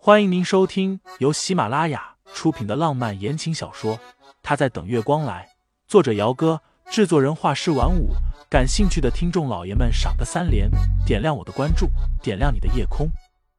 欢迎您收听由喜马拉雅出品的浪漫言情小说《他在等月光来》，作者姚哥，制作人画师晚舞。感兴趣的听众老爷们赏个3连，点亮我的关注，点亮你的夜空。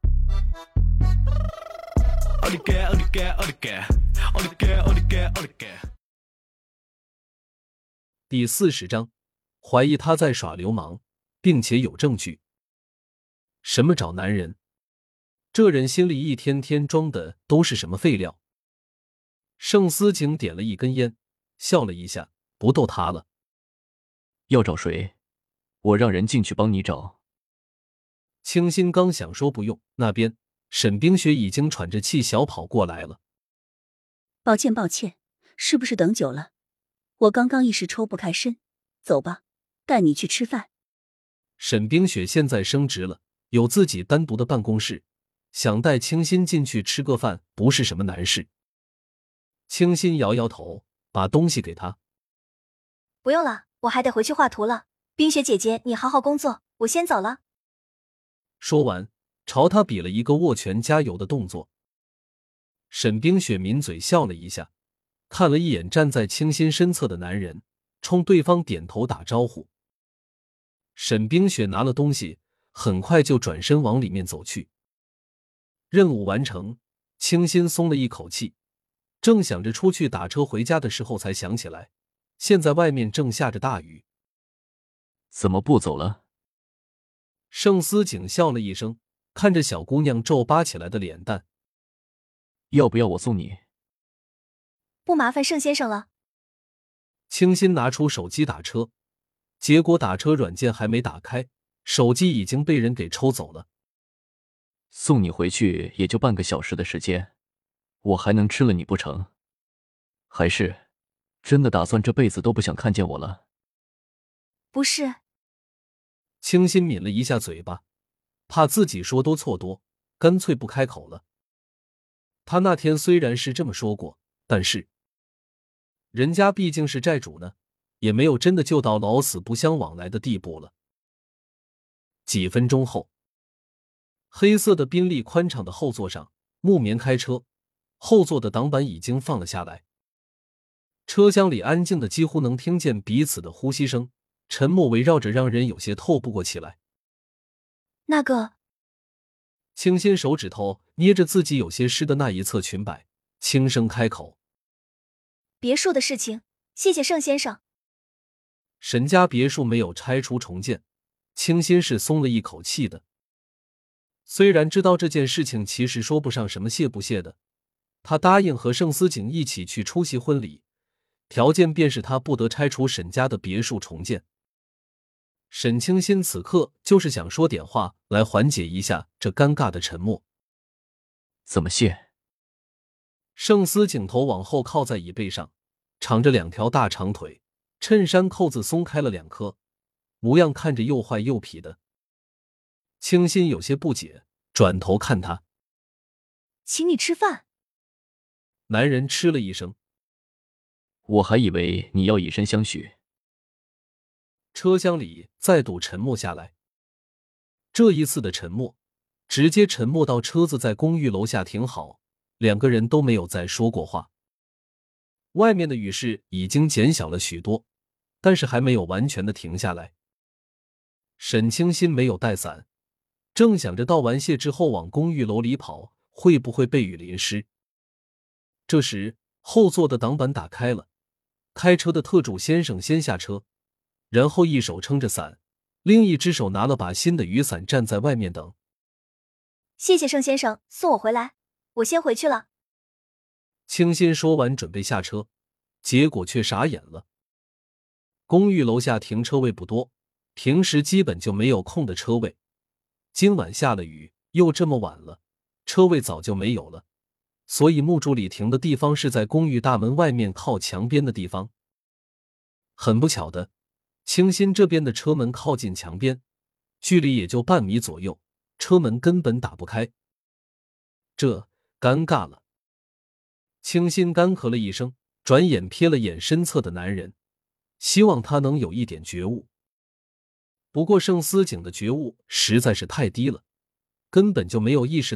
第40章，怀疑他在耍流氓，并且有证据。什么找男人？这人心里一天天装的都是什么废料？盛思景点了一根烟，笑了一下，不逗他了。 要找谁？我让人进去帮你找。 清新刚想说不用，那边沈冰雪已经喘着气小跑过来了。 抱歉，是不是等久了？我刚刚一时抽不开身，走吧，带你去吃饭。 沈冰雪现在升职了，有自己单独的办公室，想带清新进去吃个饭不是什么难事。清新摇摇头，把东西给他。 不用了，我还得回去画图了。冰雪姐姐，你好好工作，我先走了。 说完，朝他比了一个握拳加油的动作。沈冰雪抿嘴笑了一下，看了一眼站在清新身侧的男人，冲对方点头打招呼。沈冰雪拿了东西，很快就转身往里面走去。任务完成，清新松了一口气，正想着出去打车回家的时候，才想起来，现在外面正下着大雨。 怎么不走了？ 盛思景笑了一声，看着小姑娘皱巴起来的脸蛋。 要不要我送你？ 不麻烦盛先生了。 清新拿出手机打车，结果打车软件还没打开，手机已经被人给抽走了。 送你回去也就半个小时的时间，我还能吃了你不成？还是真的打算这辈子都不想看见我了？ 不是。 清新抿了一下嘴巴，怕自己说多错多，干脆不开口了。他那天虽然是这么说过，但是人家毕竟是债主呢，也没有真的就到老死不相往来的地步了。几分钟后，黑色的宾利宽敞的后座上，木棉开车，后座的挡板已经放了下来。车厢里安静的几乎能听见彼此的呼吸声，沉默围绕着，让人有些透不过气来。 那个， 清新手指头捏着自己有些湿的那一侧裙摆，轻声开口： 别墅的事情，谢谢盛先生。 沈家别墅没有拆除重建，清新是松了一口气的。虽然知道这件事情其实说不上什么谢不谢的，他答应和盛思景一起去出席婚礼，条件便是他不得拆除沈家的别墅重建。沈清新此刻就是想说点话来缓解一下这尴尬的沉默。 怎么谢？ 盛思景头往后靠在椅背上，敞着2条大长腿，衬衫扣子松开了2颗，模样看着又坏又痞的。清新有些不解，转头看他。 请你吃饭。 男人嗤了一声。 我还以为你要以身相许。 车厢里再度沉默下来。这一次的沉默，直接沉默到车子在公寓楼下停好，2个人都没有再说过话。外面的雨势已经减小了许多，但是还没有完全的停下来。沈清新没有带伞，正想着道完谢之后往公寓楼里跑，会不会被雨淋湿。这时后座的挡板打开了，开车的特助先生先下车，然后一手撑着伞，另一只手拿了把新的雨伞站在外面等。 谢谢盛先生送我回来，我先回去了。 清新说完准备下车，结果却傻眼了。公寓楼下停车位不多，平时基本就没有空的车位，今晚下了雨，又这么晚了，车位早就没有了，所以木助理停的地方是在公寓大门外面靠墙边的地方。很不巧的，清新这边的车门靠近墙边，距离也就半米左右，车门根本打不开。这尴尬了。清新干咳了一声，转眼瞥了眼身侧的男人，希望他能有一点觉悟。不过盛思景的觉悟实在是太低了，根本就没有意识到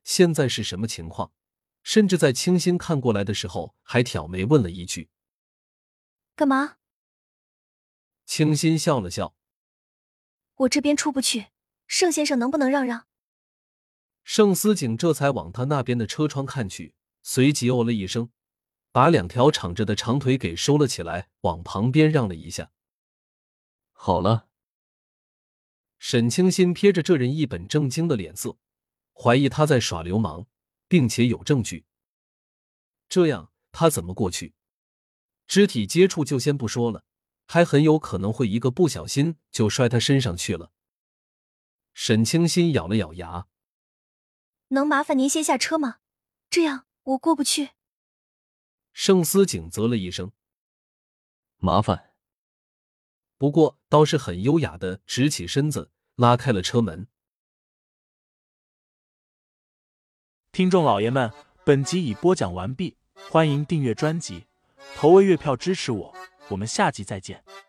现在是什么情况，甚至在清新看过来的时候还挑眉问了一句： 干嘛？ 清新笑了笑： 我这边出不去，盛先生能不能让让？ 盛思景这才往他那边的车窗看去，随即哦了一声，把2条敞着的长腿给收了起来，往旁边让了一下。 好了。 沈清新瞥着这人一本正经的脸色，怀疑他在耍流氓，并且有证据。这样他怎么过去？肢体接触就先不说了，还很有可能会一个不小心就摔他身上去了。沈清新咬了咬牙： 能麻烦您先下车吗？这样我过不去。 盛思景啧了一声： 麻烦。 不过倒是很优雅的直起身子，拉开了车门。 听众老爷们，本集已播讲完毕，欢迎订阅专辑，投喂月票支持我，我们下集再见。